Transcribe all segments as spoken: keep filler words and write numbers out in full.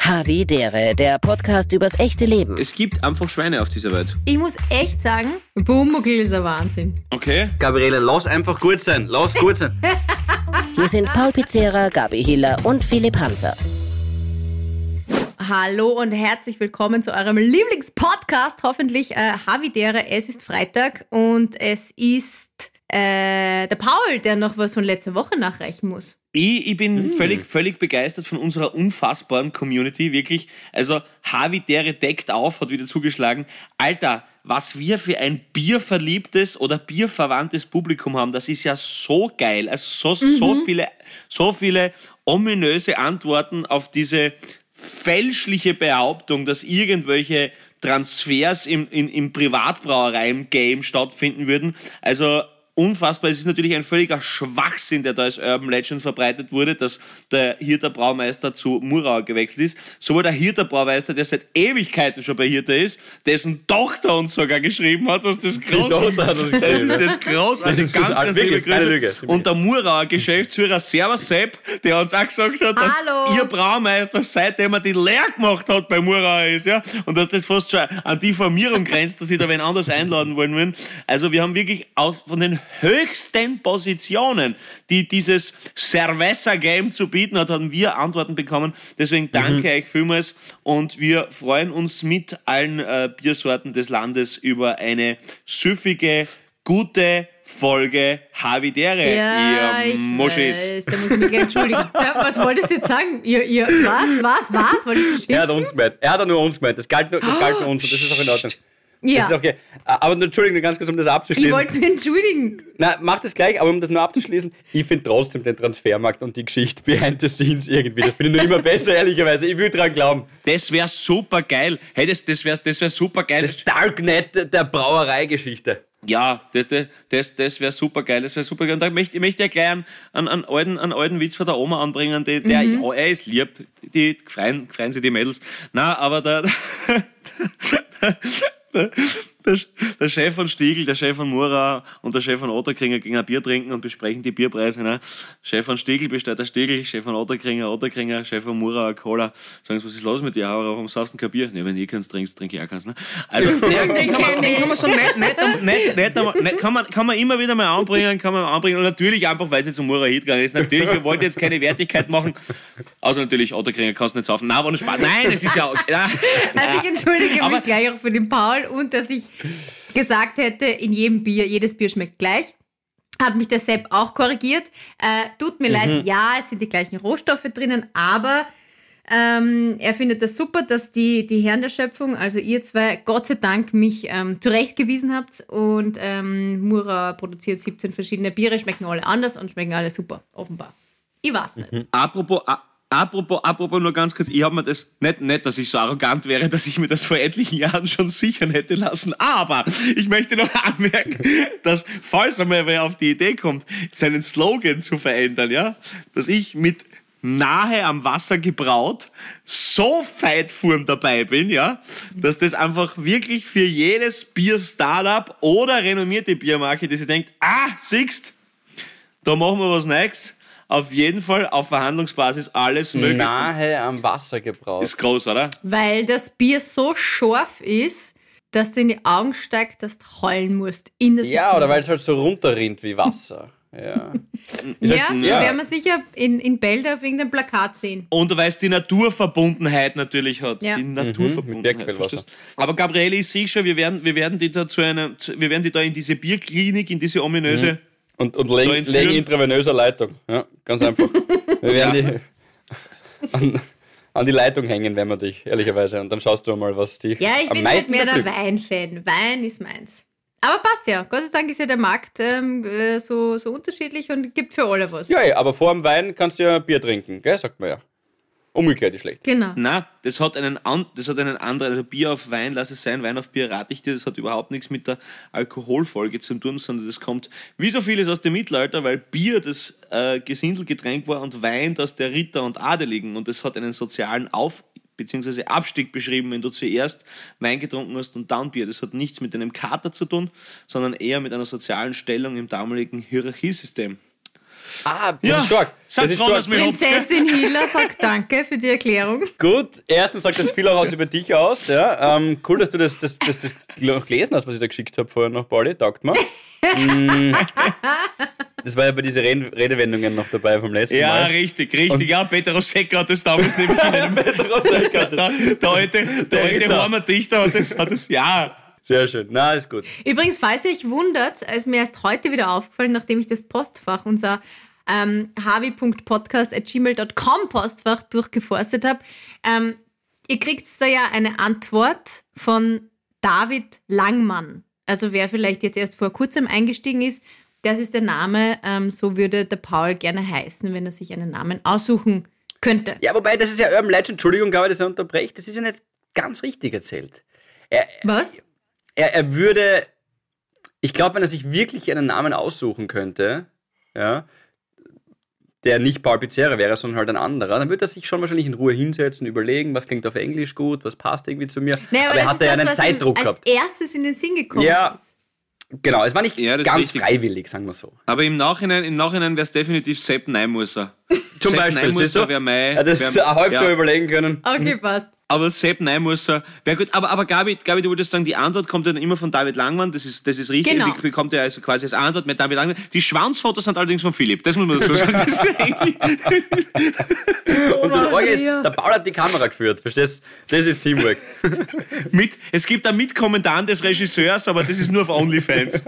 Havidere, der Podcast übers echte Leben. Es gibt einfach Schweine auf dieser Welt. Ich muss echt sagen, Pumuckl ist ein Wahnsinn. Okay. Gabriele, lass einfach gut sein. Lass gut sein. Wir sind Paul Pizzera, Gabi Hiller und Philipp Hanser. Hallo und herzlich willkommen zu eurem Lieblingspodcast, hoffentlich äh, Havidere. Es ist Freitag und es ist äh, der Paul, der noch was von letzter Woche nachreichen muss. Ich, ich bin Mm. völlig, völlig begeistert von unserer unfassbaren Community, wirklich. Also Havidere deckt auf, hat wieder zugeschlagen. Alter, was wir für ein bierverliebtes oder bierverwandtes Publikum haben, das ist ja so geil. Also so, Mhm. so viele, so viele ominöse Antworten auf diese fälschliche Behauptung, dass irgendwelche Transfers im, in, im Privatbrauereien-Game stattfinden würden. Also unfassbar. Es ist natürlich ein völliger Schwachsinn, der da als Urban Legend verbreitet wurde, dass der Hirter Braumeister zu Murauer gewechselt ist. Sowohl der Hirter Braumeister, der seit Ewigkeiten schon bei Hirter ist, dessen Tochter uns sogar geschrieben hat, was das groß Tochter hat uns das geschrieben, ist das großartig, Das ist ganz, halt ganz wirklich liebe keine Grüße. Lüge. Und der Murauer Geschäftsführer Servus Sepp, der uns auch gesagt hat, dass Hallo. ihr Braumeister, seitdem er die Lehre gemacht hat bei Murauer ist, ja, und dass das fast schon an Diffamierung grenzt, dass sie da wen anders einladen wollen würden. Also wir haben wirklich aus, von den höchsten Positionen, die dieses Cerveza-Game zu bieten hat, haben wir Antworten bekommen. Deswegen danke euch vielmals und wir freuen uns mit allen äh, Biersorten des Landes über eine süffige, gute Folge Havidere, Ja, ihr ich Muschis. weiß, da muss ich mich gleich entschuldigen. Ja, was wolltest du jetzt sagen? Ihr, ihr, was, was, was? Wolltest du Er hat schimpfen? uns gemeint. Er hat nur uns gemeint. Das galt nur, das galt nur uns und das ist auch in Ordnung. Ja, Das ist okay. Aber nur, Entschuldigung, ganz kurz, um das ich abzuschließen. wollte mich entschuldigen. Nein, mach das gleich, aber um das nur abzuschließen, ich finde trotzdem den Transfermarkt und die Geschichte behind the scenes irgendwie, das bin ich nur immer besser, ehrlicherweise. Ich will dran glauben. Das wäre super geil. Hey, das, das wäre das wär super geil. Das Darknet der Brauereigeschichte. Ja, das, das, das wäre super geil, das wäre super geil. Und da möchte, ich möchte ja gleich einen, einen, einen, alten, einen alten Witz von der Oma anbringen, die, der, Mhm. ja, er ist lieb, die freuen, freuen sich die Mädels. Nein, aber der, der, der, der Chef von Stiegl, der Chef von Murauer und der Chef von Otterkringer gehen ein Bier trinken und besprechen die Bierpreise. Ne? Chef von Stiegl bestellt der Stiegl, Chef von Otterkringer, Otterkringer, Chef von Murauer, Cola. Sagen sie, was ist los mit dir? Aber warum saust du kein Bier? Ne, wenn ich keins trinkst, trinke ich auch keins. Ne? Also, den, den, kann man, den kann man so nett, nett, nett, nett, nett kann, man, kann man immer wieder mal anbringen, kann man anbringen. Und natürlich einfach, weil sie zum Murauer hingegangen ist. Natürlich, wir wollten jetzt keine Wertigkeit machen. Außer natürlich, Otterkringer kannst du nicht saufen. Nein, war nur Spaß. Nein, das ist ja... Ja, Also ich entschuldige Aber- mich gleich auch für den Paul und dass ich gesagt hätte, in jedem Bier, jedes Bier schmeckt gleich. Hat mich der Sepp auch korrigiert. Äh, tut mir leid, ja, es sind die gleichen Rohstoffe drinnen, aber ähm, er findet das super, dass die, die Herren der Schöpfung, also ihr zwei, Gott sei Dank mich ähm, zurechtgewiesen habt und ähm, Murauer produziert siebzehn verschiedene Biere, schmecken alle anders und schmecken alle super, offenbar. Ich weiß nicht. Apropos, a- apropos, apropos nur ganz kurz, ich habe mir das, nicht, nicht, dass ich so arrogant wäre, dass ich mir das vor etlichen Jahren schon sichern hätte lassen, aber ich möchte noch anmerken, dass, falls einmal wer auf die Idee kommt, seinen Slogan zu verändern, ja, dass ich mit nahe am Wasser gebraut so feitfuhren dabei bin, ja, dass das einfach wirklich für jedes Bier-Startup oder renommierte Biermarke, die sich denkt, ah, siehst, da machen wir was Neues, auf jeden Fall auf Verhandlungsbasis alles möglich. Nahe am Wasser gebraut. Ist groß, oder? Weil das Bier so scharf ist, dass dir in die Augen steigt, dass du heulen musst. In der Ja, Sekunde. oder weil es halt so runterrinnt wie Wasser. Ja. Ja, das ja. werden wir sicher in, in Bälde auf irgendeinem Plakat sehen. Und weil es die Naturverbundenheit natürlich hat. Ja. Die mit Naturverbundenheit. Bergquellwasser. verstehst du? Aber Gabriele, ich sehe schon, wir werden, wir werden die da zu einer, zu- wir werden die da in diese Bierklinik, in diese ominöse. Und, und Da legen, entführen- legen intravenöser Leitung. Ja, ganz einfach. Wir werden die an, an die Leitung hängen, wenn wir dich, ehrlicherweise. Und dann schaust du mal, was die Ja, ich am bin halt meisten mehr der beflügelt. Wein-Fan. Wein ist meins. Aber passt ja. Gott sei Dank ist ja der Markt ähm, äh, so, so unterschiedlich und gibt für alle was. Ja, ja, aber vor dem Wein kannst du ja Bier trinken, gell, sagt man ja. Umgekehrt ist schlecht. Genau. Na, das hat einen, an, das hat einen anderen, also Bier auf Wein, lass es sein, Wein auf Bier rate ich dir, das hat überhaupt nichts mit der Alkoholfolge zu tun, sondern das kommt wie so vieles aus dem Mittelalter, weil Bier das äh, Gesindelgetränk war und Wein das der Ritter und Adeligen und das hat einen sozialen Auf- bzw. Abstieg beschrieben, wenn du zuerst Wein getrunken hast und dann Bier. Das hat nichts mit einem Kater zu tun, sondern eher mit einer sozialen Stellung im damaligen Hierarchiesystem. Ah, das Ja, ist stark. Das seid ist froh, stark. dass wir habt, gell? Prinzessin Hila sagt danke für die Erklärung. Gut, erstens sagt das viel auch aus über dich aus. Ja. Ähm, cool, dass du das, das, das, das gelesen hast, was ich da geschickt habe vorher noch, Pauli. Taugt mir. Mm. Das war ja bei diesen Redewendungen noch dabei vom letzten Ja, Mal. richtig, richtig. Und ja, Peter Rosecka hat das damals nämlich in einem... Peter Rosecka. der, der alte, der alte Hormer Dichter hat das, hat das... Ja... Sehr schön. Na, ist gut. Übrigens, falls ihr euch wundert, ist mir erst heute wieder aufgefallen, nachdem ich das Postfach, unser ähm, havi punkt podcast at gmail punkt com Postfach durchgeforstet habe. Ähm, ihr kriegt da ja eine Antwort von David Langmann. Also wer vielleicht jetzt erst vor kurzem eingestiegen ist, das ist der Name, ähm, so würde der Paul gerne heißen, wenn er sich einen Namen aussuchen könnte. Ja, wobei, das ist ja Urban Legend. Entschuldigung, glaube ich, dass er unterbrecht. Das ist ja nicht ganz richtig erzählt. Er, Was? Er, er würde, ich glaube, wenn er sich wirklich einen Namen aussuchen könnte, ja, der nicht Paul Pizzera wäre, sondern halt ein anderer, dann würde er sich schon wahrscheinlich in Ruhe hinsetzen, überlegen, was klingt auf Englisch gut, was passt irgendwie zu mir. Naja, aber, aber er das hatte ist ja das, einen was Zeitdruck ihm gehabt. als erstes in den Sinn gekommen Ja. ist. Genau, es war nicht Ja, das ist ganz richtig. freiwillig, sagen wir so. Aber im Nachhinein, im Nachhinein wäre es definitiv Sepp Neimusser. Zum Sepp Beispiel, siehst Neimusser du? wäre mein... Ja, das wär, ein halbes Jahr ja. überlegen können. Okay, passt. Aber Sepp Neimusser wäre gut. Aber, aber Gabi, Gabi, du wolltest sagen, die Antwort kommt dann immer von David Langmann. Das ist, das ist richtig. Genau. Sie bekommt ja also quasi als Antwort mit David Langmann. Die Schwanzfotos sind allerdings von Philipp. Das muss man dazu sagen. Das ist eigentlich Und das Orge ist, Maria. der Paul hat die Kamera geführt, verstehst du? Das ist Teamwork. mit, es gibt einen Mitkommentar des Regisseurs, aber das ist nur auf OnlyFans.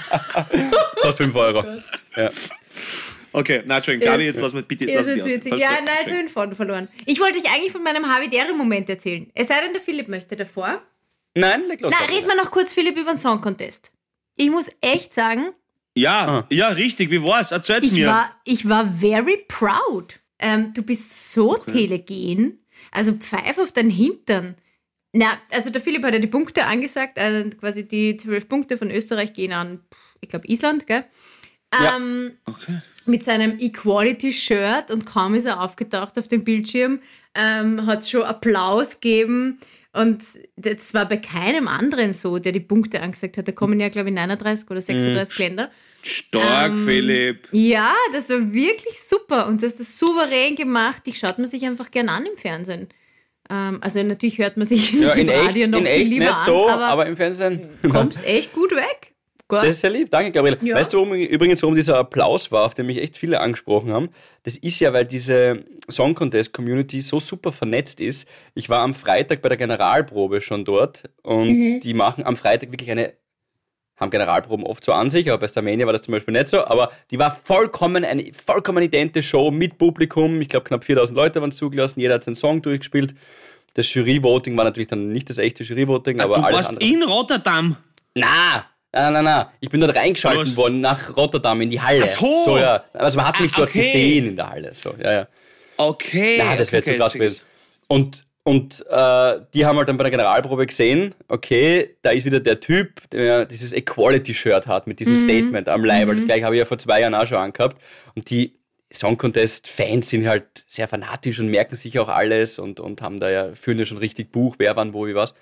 Kostet fünf Euro. Ja. Okay, na, Entschuldigung, Gabi, jetzt lass mal bitte... Ja, Lass das mich ist witzig. aus. Ja, nein, jetzt habe ich den Faden verloren. Ich wollte euch eigentlich von meinem Havidere-Moment erzählen. Es sei denn, der Philipp möchte davor. Nein, leg los. Na, Gabi. reden wir noch kurz, Philipp, über den Song Contest. Ich muss echt sagen, Ja, Ah. ja, richtig. Wie war's? Erzähl's ich mir. war, ich war very proud. Ähm, du bist so telegen. Also pfeif auf deinen Hintern. Na, also der Philipp hat ja die Punkte angesagt. Also quasi die zwölf Punkte von Österreich gehen an, ich glaube, Island, gell? Ja. Ähm, Okay. mit seinem Equality-Shirt und kaum ist er aufgetaucht auf dem Bildschirm, ähm, hat schon Applaus gegeben und das war bei keinem anderen so, der die Punkte angesagt hat. Da kommen ja, glaube ich, neununddreißig oder sechsunddreißig Länder. Stark, Ähm, Philipp. Ja, das war wirklich super und du hast das souverän gemacht. Die schaut man sich einfach gern an im Fernsehen. Ähm, also natürlich hört man sich Ja, im in echt, Radio noch in viel echt lieber nicht so, an, aber, aber im Fernsehen. kommst echt gut weg. Gut. Das ist sehr lieb, danke Gabriele. Ja. Weißt du warum, übrigens, warum dieser Applaus war, auf den mich echt viele angesprochen haben? Das ist ja, weil diese Song Contest Community so super vernetzt ist. Ich war am Freitag bei der Generalprobe schon dort und Mhm. die machen am Freitag wirklich eine, haben Generalproben oft so an sich, aber bei Starmania war das zum Beispiel nicht so, aber die war vollkommen eine vollkommen idente Show mit Publikum. Ich glaube, knapp viertausend Leute waren zugelassen, jeder hat seinen Song durchgespielt. Das Jury-Voting war natürlich dann nicht das echte Jury-Voting, aber Du alles warst andere. in Rotterdam. Na, nein, nein, nein. Ich bin dort reingeschalten Was? worden nach Rotterdam in die Halle. Ach so. ja. Also man hat mich Ah, dort okay. gesehen in der Halle. So, ja, ja. Okay. Na, das wäre okay, zu krass okay. gewesen. Und, und äh, die haben halt dann bei der Generalprobe gesehen, okay, da ist wieder der Typ, der dieses Equality-Shirt hat mit diesem Statement am Leib. Das gleiche habe ich ja vor zwei Jahren auch schon angehabt. Und die Song Contest-Fans sind halt sehr fanatisch und merken sich auch alles und, und haben da ja, führen ja schon richtig Buch, wer wann, wo, wie was.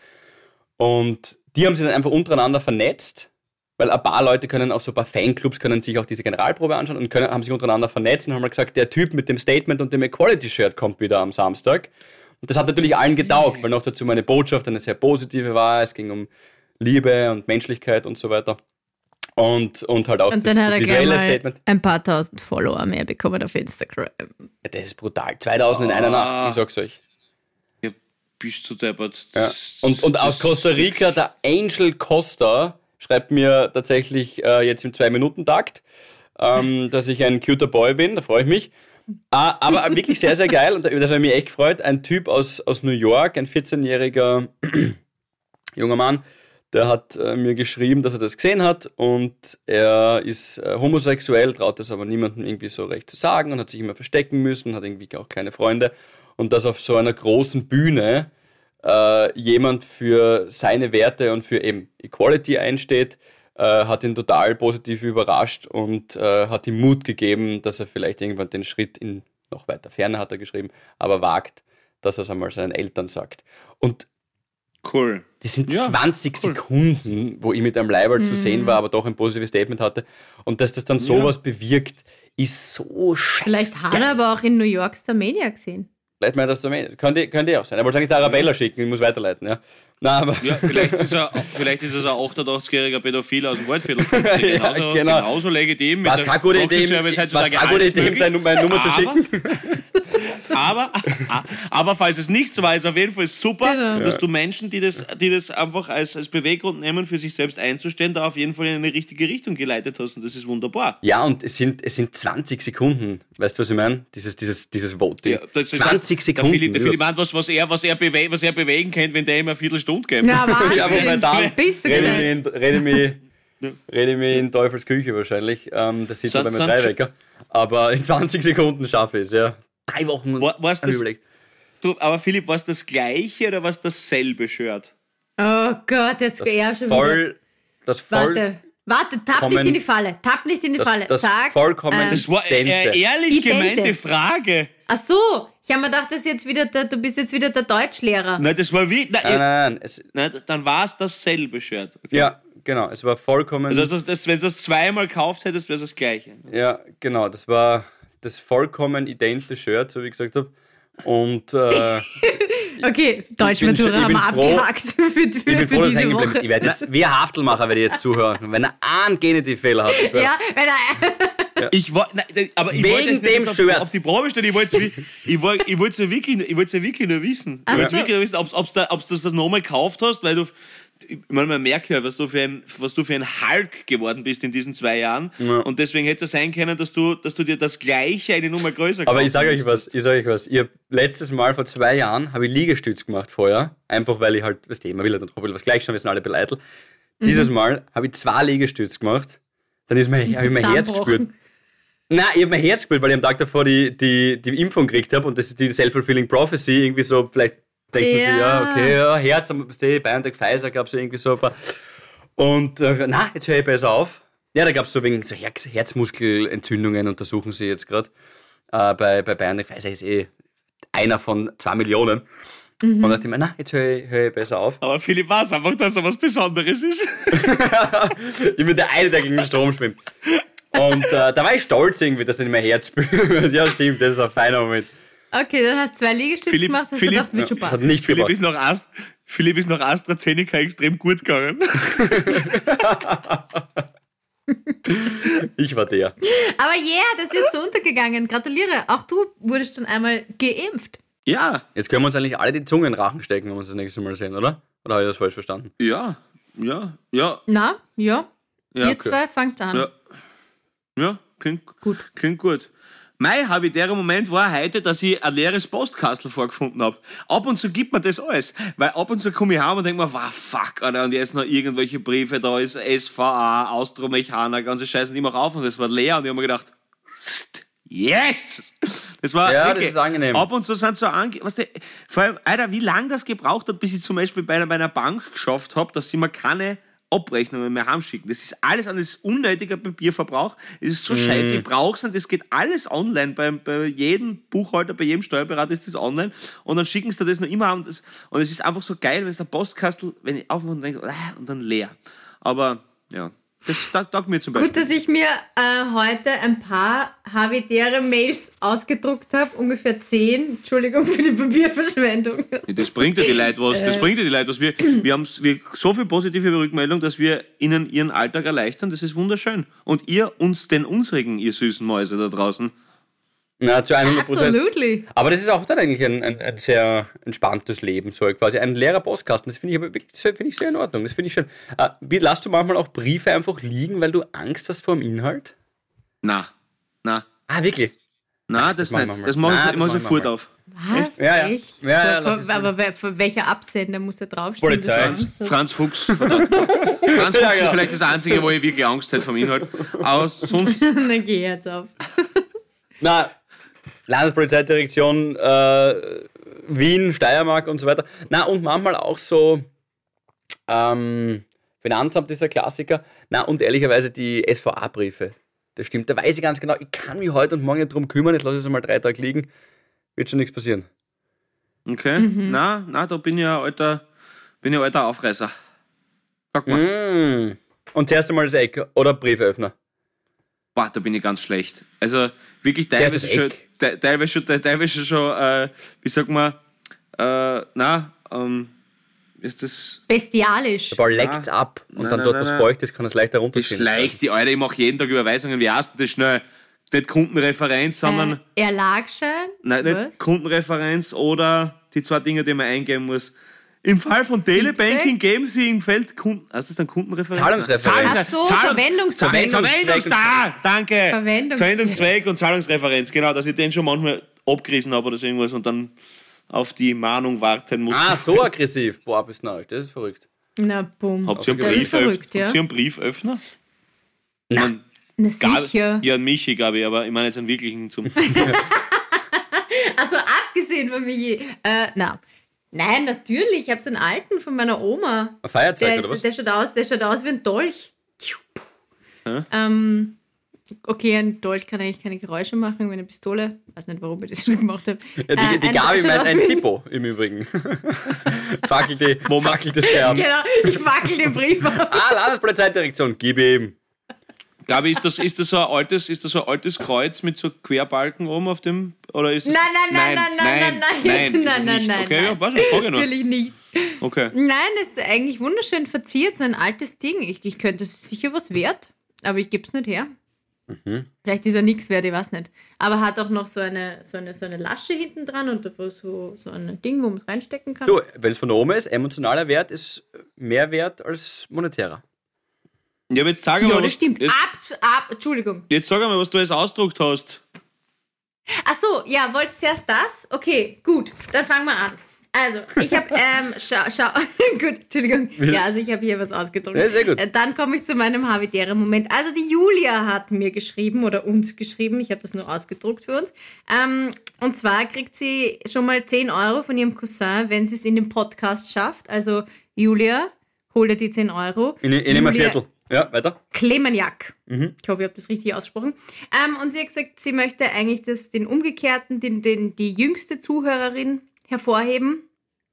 Und die haben sich dann einfach untereinander vernetzt, weil ein paar Leute können auch so ein paar Fanclubs können sich auch diese Generalprobe anschauen und können, haben sich untereinander vernetzt und haben halt gesagt, der Typ mit dem Statement und dem Equality-Shirt kommt wieder am Samstag. Und das hat natürlich allen getaugt, weil noch dazu meine Botschaft eine sehr positive war. Es ging um Liebe und Menschlichkeit und so weiter. Und, und halt auch Und das, dann hat das er gleich visuelle mal Statement. ein paar tausend Follower mehr bekommen auf Instagram. Ja, das ist brutal. zweitausend in einer Nacht, ich sag's euch. Ja, bist du deppert. Ja. Das- Und, und aus das- Costa Rica, der Angel Costa, schreibt mir tatsächlich äh, jetzt im zwei-Minuten-Takt, ähm, dass ich ein cuter Boy bin, da freue ich mich. Ah, aber wirklich sehr, sehr geil und das hat mich echt gefreut. Ein Typ aus, aus New York, ein vierzehnjähriger junger Mann, der hat äh, mir geschrieben, dass er das gesehen hat und er ist äh, homosexuell, traut das aber niemandem irgendwie so recht zu sagen und hat sich immer verstecken müssen, hat irgendwie auch keine Freunde und dass auf so einer großen Bühne äh, jemand für seine Werte und für eben Equality einsteht, äh, hat ihn total positiv überrascht und äh, hat ihm Mut gegeben, dass er vielleicht irgendwann den Schritt in noch weiter Ferne, hat er geschrieben, aber wagt, dass er es einmal seinen Eltern sagt. Und Cool. das sind Ja, zwanzig cool. Sekunden, wo ich mit einem Leiberl zu sehen war, aber doch ein positives Statement hatte. Und dass das dann sowas bewirkt, ist so scheiße. Vielleicht hat er aber auch in New York Starmania gesehen. Vielleicht meint das Domain. Könnte, könnte auch sein. Er wollte eigentlich der Arabella schicken, ich muss weiterleiten, ja. Nein, aber Ja, vielleicht ist er, vielleicht ist es ein achtundachtzig-jähriger Pädophil aus dem Waldviertel. Genauso, Ja, genau. genauso legitim. was keine gute Idee, Proxy-Service was heutzutage keine gute alles Idee, möglich. seine meine Nummer zu Aber- schicken. Aber, aber falls es nicht so war, ist auf jeden Fall super, Genau. dass du Menschen, die das, die das einfach als, als Beweggrund nehmen, für sich selbst einzustellen, da auf jeden Fall in eine richtige Richtung geleitet hast. Und das ist wunderbar. Ja, und es sind, es sind zwanzig Sekunden. Weißt du, was ich meine? Dieses, dieses, dieses Voting. Ja, das ist zwanzig der Sekunden. Philipp, der Philipp meint, was, was, er, was, er bewe was er bewegen kann, wenn der ihm eine Viertelstunde gibt. Ja, Wahnsinn. Ja, wobei dann Bist du rede geil. ich in, rede mich, rede mich in Teufels Küche wahrscheinlich. Ähm, das sieht man bei Sind- mir sind- Dreiwecker. Aber in zwanzig Sekunden schaffe ich es, ja. Drei Wochen War- war's hab ich das- überlegt. Du, aber Philipp, war es das gleiche oder war es dasselbe Shirt? Oh Gott, jetzt Das er schon wieder. voll, das voll, Warte, warte, tapp kommen- nicht in die Falle. Tapp nicht in die das, Falle. das Sag. vollkommen ähm, Das war eine Idente. ehrlich Idente. gemeinte Frage. Ach so, ich habe mir gedacht, das ist jetzt wieder der, du bist jetzt wieder der Deutschlehrer. Nein, das war wie. Nein, Nein, nein, nein. Es, nein, dann war es dasselbe Shirt. Okay. ja, genau. Es war vollkommen. Also, das, das, wenn du das zweimal gekauft hättest, wäre es das gleiche. Ja, genau. Das war das vollkommen idente Shirt, so wie ich gesagt habe. Und äh, Okay, Deutschmatura ich haben bin wir froh- abgehakt für, für, ich bin für froh, dass es diese hängen geblieben ist. Woche. Ich werde jetzt, wie ein Haftelmacher werde ich jetzt zuhören. Wenn er einen Genitivfehler hat. das wär- Ja, wenn er, Ich war, nein, aber ich Wegen wollte jetzt nicht dem das auf, Shirt. auf die Probe stellen. Ich wollte es ich wollte, ich wollte es ja wirklich, ich wollte es ja wirklich nur wissen. Ich wollte es so. wirklich nur wissen, ob du da, ob's das das nochmal gekauft hast, weil du, ich meine, man merkt ja, was du für ein, was du für ein Hulk geworden bist in diesen zwei Jahren. Ja. Und deswegen hätte es ja sein können, dass du, dass du dir das Gleiche eine Nummer größer Aber ich kaufen sage euch musstest. was, ich sage euch was. Ich hab letztes Mal vor zwei Jahren habe ich Liegestütz gemacht vorher. Einfach weil ich halt, weißt du, man will halt noch was gleich schon, wir sind alle beleidigt. Dieses Mal habe ich zwei Liegestütz gemacht. Dann ist mein, habe ich mein Herz Zusammenbrochen. gespürt. Nein, ich habe mein Herz gespürt, weil ich am Tag davor die, die, die Impfung gekriegt habe und das ist die Self-Fulfilling Prophecy, irgendwie so, vielleicht denkt man sich, Ja. ja, okay, ja, Herz, dann weißt du, BioNTech, Pfizer gab es irgendwie so ein paar. Und äh, na, jetzt höre ich besser auf. Ja, da gab es so wegen so Herz, Herzmuskelentzündungen, untersuchen sie jetzt gerade. Äh, bei, bei BioNTech, Pfizer ist eh einer von zwei Millionen. Und da dachte ich mir, na, jetzt höre ich, hör ich besser auf. Aber Philipp weiß einfach, dass er was Besonderes ist. Ich bin der eine, der gegen den Strom schwimmt. Und äh, da war ich stolz irgendwie, dass ich nicht mehr Herz spüre. Ja, stimmt, das ist ein feiner Moment. okay, dann hast du zwei Liegestütze Philipp- gemacht, hast du Philipp- gedacht, wird schon Das hat passen. nichts Philipp gebracht. ist, nach Ast, Philipp ist nach AstraZeneca extrem gut gegangen. Ich war der. Aber yeah, das ist so untergegangen. Gratuliere. Auch du wurdest schon einmal geimpft. Ja, Jetzt können wir uns eigentlich alle die Zunge in den Rachen stecken, wenn wir uns das nächste Mal sehen, oder? Oder habe ich das falsch verstanden? ja, ja, ja, Na, ja. ja. Ihr zwei fangt an. Ja, ja klingt Gut. Klingt gut. Mein habitärer Moment war heute, dass ich ein leeres Postkastel vorgefunden habe. Ab und zu gibt mir das alles. Weil ab und zu komme ich heim und denke mir, wow, fuck, Alter, und jetzt noch irgendwelche Briefe, da ist S V A, Austromechaner, ganze Scheiße, und ich mache auf und das war leer und ich habe mir gedacht, yes! Das war Ja, wirklich, das ist angenehm. Ab und zu sind so ange... Weißt du, vor allem, Alter, wie lange das gebraucht hat, bis ich zum Beispiel bei einer, bei einer Bank geschafft habe, dass sie mir keine Abrechnungen mehr heimschicken. Das ist alles an das unnötiger Papierverbrauch. Es ist so scheiße, ich brauch's nicht. Das geht alles online. Bei, bei jedem Buchhalter, bei jedem Steuerberater ist das online. Und dann schicken sie dir das noch immer an. Und, das, und es ist einfach so geil, wenn es der Postkastel, wenn ich aufmache und denke, ah, und dann leer. Aber, ja, das taugt mir zum Beispiel. Gut, dass ich mir äh, heute ein paar habitäre Mails ausgedruckt habe, ungefähr zehn. Entschuldigung für die Papierverschwendung. Das bringt ja die Leute was. Das bringt ja die Leute was. Wir, wir haben wir, so viel positive Rückmeldung, dass wir ihnen ihren Alltag erleichtern. Das ist wunderschön. Und ihr uns den unsrigen, ihr süßen Mäuse da draußen. Na, zu hundert Prozent. Absolutely. Aber das ist auch dann eigentlich ein, ein, ein sehr entspanntes Leben, so quasi ein leerer Postkasten. Das finde ich aber wirklich sehr, finde ich sehr in Ordnung. Das finde ich schön. Äh, wie, lässt du manchmal auch Briefe einfach liegen, weil du Angst hast vor dem Inhalt? Na, na, Ah, wirklich? na, das, das machen nicht. wir Das mal. mache ich Nein, immer das so machen wir fort mal. auf. Was? Ja, ja. Echt? Ja, ja, Vor- lass vor- es aber wer, für welcher Absender muss da draufstehen? Polizei. Das ist so- Franz Fuchs. Franz Fuchs Ja, ist genau. vielleicht das Einzige, wo ich wirklich Angst hätte vom Inhalt. Aber sonst, Dann geh jetzt auf. Na, Landespolizeidirektion äh, Wien, Steiermark und so weiter. Na, und manchmal auch so ähm, Finanzamt ist der Klassiker. Na, und ehrlicherweise die S V A-Briefe. Das stimmt, da weiß ich ganz genau, ich kann mich heute und morgen nicht drum kümmern, jetzt lasse ich es mal drei Tage liegen, wird schon nichts passieren. okay. Na, na, da bin ich ein alter, bin ich ein alter Aufreißer. Sag mal. Mm. Und zuerst einmal das Eck oder Brieföffner. Boah, da bin ich ganz schlecht. Also wirklich Der teilweise das schon, Eck. te- teilweise schon, te- teilweise schon, äh, wie sagt man, äh, na, ähm, ist das Bestialisch. Der Ball leckt Ja. ab und Nein, dann nein, dort nein, was nein. Feuchtes kann es leichter runterziehen. Geschleicht, die Alter, ich mache jeden Tag Überweisungen. Wie heißt denn das schnell? Nicht Kundenreferenz, sondern, Äh, Erlagschein? nein, nicht Was? Kundenreferenz oder die zwei Dinge, die man eingeben muss. Im Fall von Telebanking geben Sie im Feld Kunden. Heißt das dann Kundenreferenz? Zahlungsreferenz. Ach so, Zahlungs- Verwendungszweck. Verwendungs- Verwendungszweck. Ah, danke. Verwendungszweck. Verwendungszweck und Zahlungsreferenz. Genau, dass ich den schon manchmal abgerissen habe oder so irgendwas und dann auf die Mahnung warten muss. Ah, so aggressiv. Boah, bist du narrisch. Das ist verrückt. Na, bumm. Habt ihr einen, Das ist Brieföff- verrückt, ja. Habt ihr einen Brieföffner? Nein. Na Gar- sicher. Ja, einen Michi, glaube ich, aber ich meine jetzt einen wirklichen zum. Also abgesehen von mir. Äh, na. Nein, natürlich. Ich habe so einen alten von meiner Oma. Ein Feuerzeug Der, oder was? ist, der, schaut aus, der schaut aus wie ein Dolch. Hä? Ähm, okay, ein Dolch kann eigentlich keine Geräusche machen, wie eine Pistole. Weiß nicht, warum ich das jetzt gemacht habe. Ja, die, die ein Gabi Dolch meint schaut ein aus wie- Zippo im Übrigen. fackelt, die, wo fackelt das gern? Genau, ich fackel den Brief auf. Ah, Landespolizeidirektion, gib ihm. Gabi, ist das, ist, das so ein altes, ist das so ein altes Kreuz mit so Querbalken oben auf dem? Oder ist das, Nein, nein, nein, nein, nein, nein, nein, nein, ist es nein, nein, nicht. nein, Okay, nein. ja, weiß nicht, frage nur. Natürlich nicht. Okay. Nein, es ist eigentlich wunderschön verziert, so ein altes Ding. Ich, ich könnte es sicher was wert, aber ich gebe es nicht her. Mhm. Vielleicht ist er nichts wert, ich weiß nicht. Aber hat auch noch so eine, so eine, so eine Lasche hinten dran und davor so, so ein Ding, wo man es reinstecken kann. Du, wenn es von der Oma ist, emotionaler Wert ist mehr wert als monetärer. Ja, aber jetzt sag ja, mal, das was, stimmt. jetzt, Ab, ab, Entschuldigung. jetzt sag mal, was du jetzt ausgedruckt hast. Ach so, ja, wolltest du erst das? Okay, gut, dann fangen wir an. Also, ich habe, ähm, schau, schau, gut, Entschuldigung. Ja, also ich habe hier was ausgedruckt. Ja, sehr gut. Äh, Dann komme ich zu meinem habitären Moment. Also die Julia hat mir geschrieben oder uns geschrieben, ich habe das nur ausgedruckt für uns. Ähm, und zwar kriegt sie schon mal zehn Euro von ihrem Cousin, wenn sie es in den Podcast schafft. Also Julia, hol dir die zehn Euro. Ich, ich nehme ein Julia Viertel. Ja, weiter. Klemeniak. Mhm. Ich hoffe, ich habe das richtig ausgesprochen. Ähm, und sie hat gesagt, sie möchte eigentlich das, den umgekehrten, den, den, die jüngste Zuhörerin hervorheben,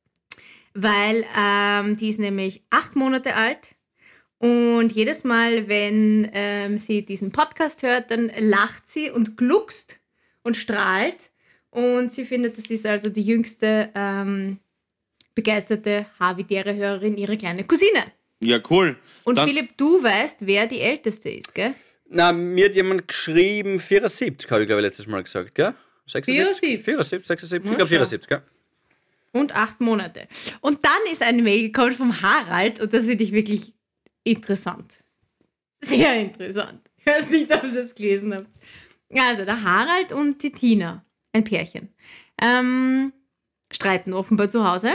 weil ähm, die ist nämlich acht Monate alt und jedes Mal, wenn ähm, sie diesen Podcast hört, dann lacht sie und gluckst und strahlt und sie findet, das ist also die jüngste ähm, begeisterte habitäre Hörerin, ihre kleine Cousine. Ja, cool. Und Dann- Philipp, du weißt, wer die Älteste ist, gell? Na, mir hat jemand geschrieben, vierundsiebzig, habe ich glaube ich letztes Mal gesagt, gell? vierundsiebzig. vierundsiebzig, sechsundsiebzig, Na, ich glaube schau. vierundsiebzig, gell? Und acht Monate. Und dann ist eine Mail gekommen vom Harald und das finde ich wirklich interessant. Sehr interessant. Ich weiß nicht, ob ihr es gelesen habt. Also, der Harald und die Tina, ein Pärchen, ähm, streiten offenbar zu Hause.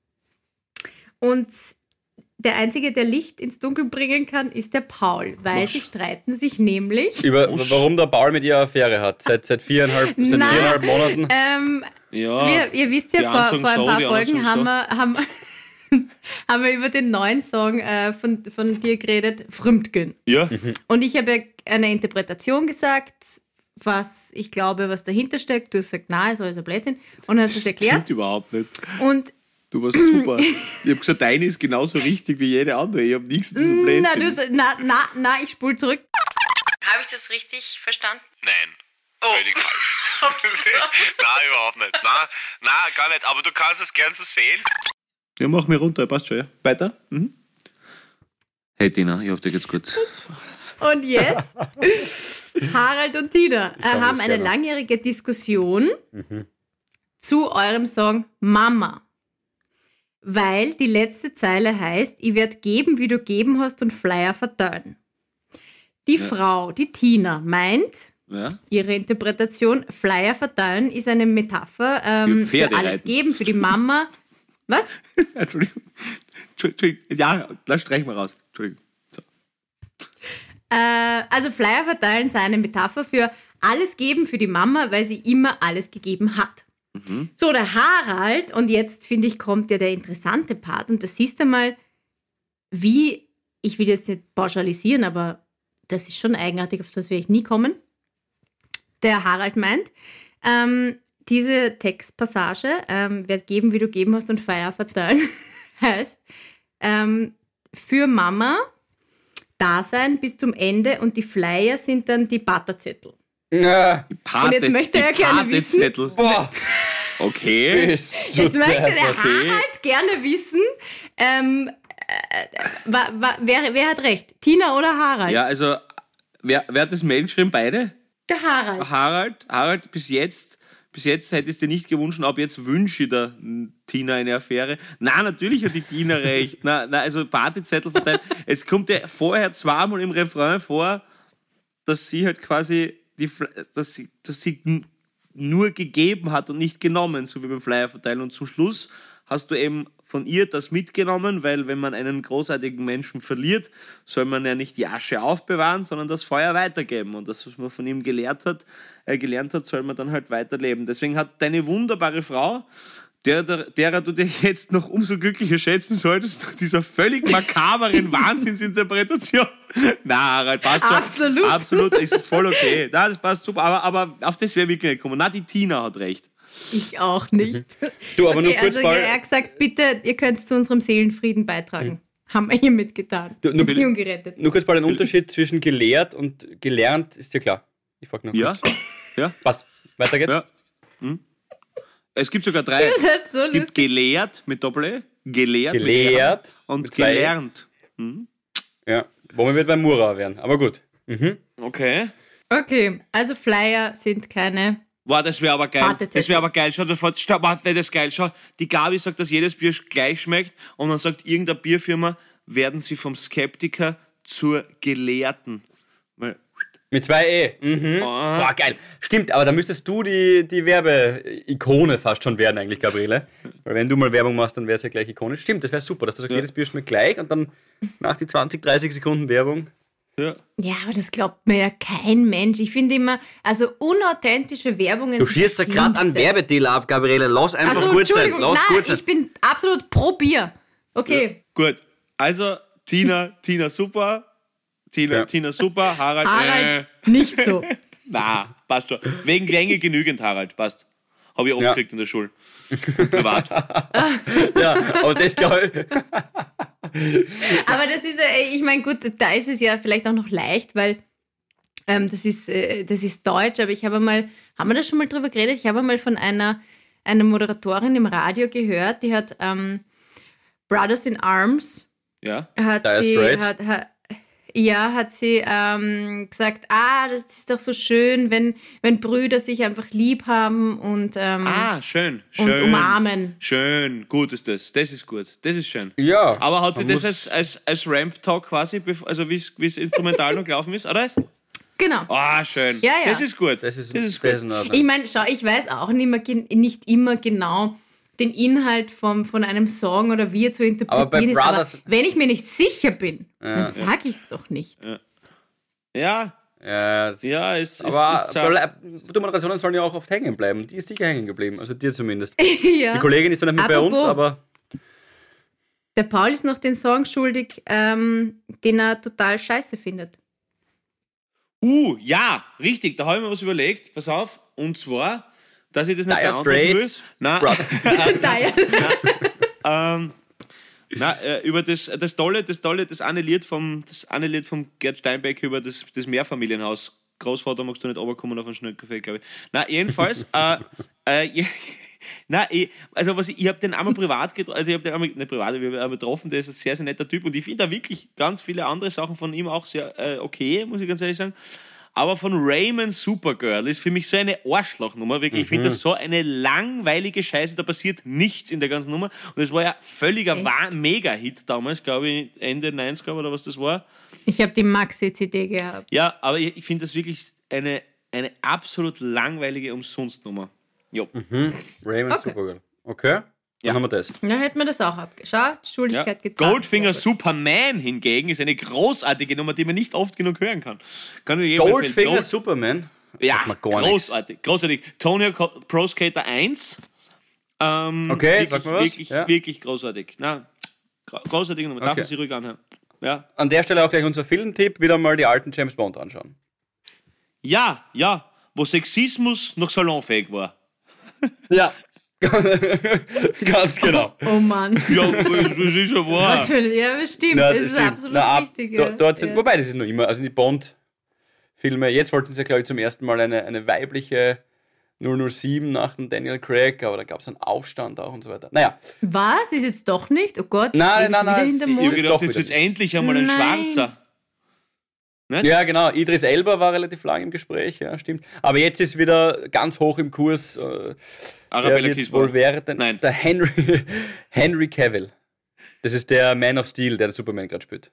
Und der Einzige, der Licht ins Dunkel bringen kann, ist der Paul, weil Was? sie streiten sich nämlich. Über, Usch. warum der Paul mit ihr eine Affäre hat, seit, seit, viereinhalb, seit Nein. viereinhalb Monaten. Ähm, Ja, wir, ihr wisst ja, die vor, einen vor ein sagen so, paar die anderen Folgen sagen haben so. wir, haben, haben wir über den neuen Song äh, von, von dir geredet, Frümtgen. ja. Und ich habe ja eine Interpretation gesagt, was ich glaube, was dahinter steckt. Du hast gesagt, nein, ist alles ein Blödsinn. Und dann hast du es erklärt. Stimmt überhaupt nicht. Und Du warst super. Ich habe gesagt, deine ist genauso richtig wie jede andere. Ich habe nichts zu diesem Blödsinn. na, du, sa- na, na, na, ich spule zurück. Habe ich das richtig verstanden? Nein. Oh. Völlig falsch. Nein, überhaupt nicht. Nein, nein, gar nicht. Aber du kannst es gern so sehen. Ja, mach mir runter, passt schon, ja. Weiter? Mhm. Hey Tina, ich hoffe, dir geht's gut. Und jetzt, Harald und Tina äh, kann haben das eine gerne. langjährige Diskussion Mhm. zu eurem Song Mama. Weil die letzte Zeile heißt, ich werde geben, wie du geben hast und Flyer verteilen. Die Ja. Frau, die Tina, meint, Ja? ihre Interpretation, Flyer verteilen ist eine Metapher ähm, Für für Pferde alles reiten. geben, für die Mama. Was? Entschuldigung. Entschuldigung. Ja, lass streichen wir raus. Entschuldigung. So. Äh, also Flyer verteilen sei eine Metapher für alles geben für die Mama, weil sie immer alles gegeben hat. Mhm. So, der Harald, und jetzt finde ich, kommt ja der interessante Part, und das siehst du mal, wie, ich will jetzt nicht pauschalisieren, aber das ist schon eigenartig, auf das werde ich nie kommen. Der Harald meint, ähm, diese Textpassage, ähm, werd geben, wie du geben hast und Feier verteilen, heißt, ähm, für Mama da sein bis zum Ende und die Flyer sind dann die Butterzettel. Ja. Pate, Und jetzt möchte er die gerne wissen- Patezettel. Boah. Okay. Ist Jetzt so möchte der deppert. Harald gerne wissen, ähm, äh, wa, wa, wer, wer hat recht? Tina oder Harald? Ja, also, wer, wer hat das Mail geschrieben? Beide? Der Harald. Harald, Harald, bis jetzt, bis jetzt hättest du dir nicht gewünscht, ob jetzt wünsche ich der Tina eine Affäre. Na, natürlich hat die Tina recht. Na, na, also Partyzettel verteilen. Es kommt ja vorher zweimal im Refrain vor, dass sie halt quasi, die, dass sie, dass sie n- nur gegeben hat und nicht genommen, so wie beim Flyer verteilen. Und zum Schluss hast du eben von ihr das mitgenommen, weil wenn man einen großartigen Menschen verliert, soll man ja nicht die Asche aufbewahren, sondern das Feuer weitergeben. Und das, was man von ihm gelehrt hat, äh, gelernt hat, soll man dann halt weiterleben. Deswegen hat deine wunderbare Frau, der, der, derer du dich jetzt noch umso glücklicher schätzen solltest, nach dieser völlig makaberen Wahnsinnsinterpretation. Na, Harald, passt schon. Absolut. Absolut, ist voll okay. Na, das passt super, aber, aber auf das wäre wirklich nicht gekommen. Na, die Tina hat recht. Ich auch nicht. Du, aber okay, nur kurz also mal. ja, er hat gesagt, bitte, ihr könnt zu unserem Seelenfrieden beitragen. Haben wir hiermit getan. Du, nur, Beziehung gerettet. nur kurz mal den Unterschied zwischen gelehrt und gelernt, ist dir klar? Ich frage nur Ja? kurz. Ja? Passt. Weiter geht's. Ja. Hm? Es gibt sogar drei. Das ist halt so Es gibt lustig. gelehrt mit Doppel-E, gelehrt, mit Gelehrt E und mit zwei E. gelernt. Hm? Ja. Wo wir bei Mura werden. Aber gut. Mhm. Okay. Okay, also Flyer sind keine. Wow, das wäre aber geil. Wartezettel. Das wäre aber geil. Schau dir vor, schau, warte, das ist geil. Schau, die Gabi sagt, dass jedes Bier gleich schmeckt und dann sagt irgendeine Bierfirma, werden sie vom Skeptiker zur Gelehrten. Weil, Mit zwei E. Mhm. Ah. Boah, geil. Stimmt, aber da müsstest du die, die Werbe-Ikone fast schon werden, eigentlich, Gabriele. Weil wenn du mal Werbung machst, dann wäre es ja gleich ikonisch. Stimmt, das wäre super, dass du sagst, Ja. jedes Bier schmeckt gleich und dann nach die zwanzig, dreißig Sekunden Werbung. ja. Ja, aber das glaubt mir ja kein Mensch. Ich finde immer, also unauthentische Werbungen. Du sind schießt da das gerade einen Schlimmste. Werbedeal ab, Gabriele. Lass einfach Also, gut sein. Entschuldigung, Lass nein, gut sein. ich bin absolut pro Bier. Okay. Gut. Also, Tina, Tina super. Tina, Ja. Tina super. Harald, Harald, äh. nicht so. Na, passt schon. Wegen Länge genügend, Harald, passt. Habe ich oft Ja. gekriegt in der Schule. Privat. Ja, aber das glaube ich. Aber das ist, äh, ich meine, gut, da ist es ja vielleicht auch noch leicht, weil ähm, das, ist, äh, das ist Deutsch, aber ich habe mal, haben wir da schon mal drüber geredet? Ich habe mal von einer, einer Moderatorin im Radio gehört, die hat ähm, Brothers in Arms, Ja? hat Dire sie, Straits? hat, hat, ja, hat sie ähm, gesagt, ah, das ist doch so schön, wenn, wenn Brüder sich einfach lieb haben und, ähm, Ah, schön. und Schön. umarmen. Schön. Gut ist das. Das ist gut. Das ist schön. Ja. Aber hat sie man das muss- als, als, als Ramp-Talk quasi, bef- also wie es instrumental noch gelaufen ist, oder? Genau. Ah, schön. Ja, ja. Das ist gut. Das ist, das ist das gut. ist in Ordnung. Ich meine, schau, ich weiß auch nicht, mehr, gen- nicht immer genau den Inhalt vom, von einem Song oder wie er zu interpretieren Aber bei ist. Brothers- Aber wenn ich mir nicht sicher bin, Ja. dann sage ich es doch nicht. Ja, Ja, das- ja, es aber ist, ist, bleib- die Moderationen sollen ja auch oft hängen bleiben. Die ist sicher hängen geblieben, also dir zumindest. ja. Die Kollegin ist zwar nicht mehr bei uns, Apropos. aber Der Paul ist noch den Song schuldig, ähm, den er total scheiße findet. Uh, ja, richtig, da habe ich mir was überlegt. Pass auf, und zwar, dass ich das nicht Dire beantworten will. Straits, Nein, Brother. ähm, na, äh, über das, das tolle, das tolle, das eine Lied vom, das eine Lied vom Gerd Steinbeck über das, das Mehrfamilienhaus. Großvater, magst du nicht runterkommen auf einen Schnellkaffee, glaube ich. Na, jedenfalls, äh, äh, ja, na, ich, also was ich, ich habe den einmal privat getroffen, also ich habe den einmal, nicht privat, ich habe getroffen, der ist ein sehr, sehr netter Typ und ich finde da wirklich ganz viele andere Sachen von ihm auch sehr äh, okay, muss ich ganz ehrlich sagen. Aber von Raymond Supergirl ist für mich so eine Arschlochnummer, wirklich. Ich finde das so eine langweilige Scheiße, da passiert nichts in der ganzen Nummer. Und es war ja völliger Wa- Mega-Hit damals, glaube ich, Ende neunziger oder was das war. Ich habe die Maxi-C D gehabt. Ja, aber ich, ich finde das wirklich eine, eine absolut langweilige Umsonstnummer. Jo. Raymond Okay. Supergirl. Okay, dann Ja. haben wir das. Da hätten wir das auch abgeschaut. Die Ja. Schuldigkeit getan. Goldfinger Sehr gut. Superman hingegen ist eine großartige Nummer, die man nicht oft genug hören kann. kann ich jedem Goldfinger empfehlen. Gold- Superman? Ja, Sagt mir gar nichts. großartig, großartig. Tony Hawk Pro Skater eins. Ähm, Okay, wirklich, sag mal was. Wirklich, Ja. wirklich großartig. Na, gro- großartige Nummer. Darf Okay. man sich ruhig anhören. Ja. An der Stelle auch gleich unser Filmtipp, wieder mal die alten James Bond anschauen. ja, ja, wo Sexismus noch salonfähig war. Ja. Ganz genau. Oh Mann. Ja, das ist ja wahr. Was für, ja, bestimmt. Ja, das ist stimmt. absolut Na, ab- richtig. do- dort sind, ja. Wobei, das ist noch immer, also die Bond-Filme, jetzt wollten sie ja, glaube ich, zum ersten Mal eine, eine weibliche null null sieben nach dem Daniel Craig, aber dann gab es einen Aufstand auch und so weiter. Naja, Was? Ist jetzt doch nicht? Oh Gott, Nein, lebe ich nein, wieder nein, hinterm Ich ich- habe Mond? gedacht, Doch jetzt wieder wird endlich einmal ein Nein. Schwarzer. ja genau, Idris Elba war relativ lang im Gespräch, ja, stimmt. Aber jetzt ist wieder ganz hoch im Kurs, äh, wer Arabella wird's Kisbauer. wohl werden? Nein. Der Henry, Henry Cavill. Das ist der Man of Steel, der den Superman gerade spielt.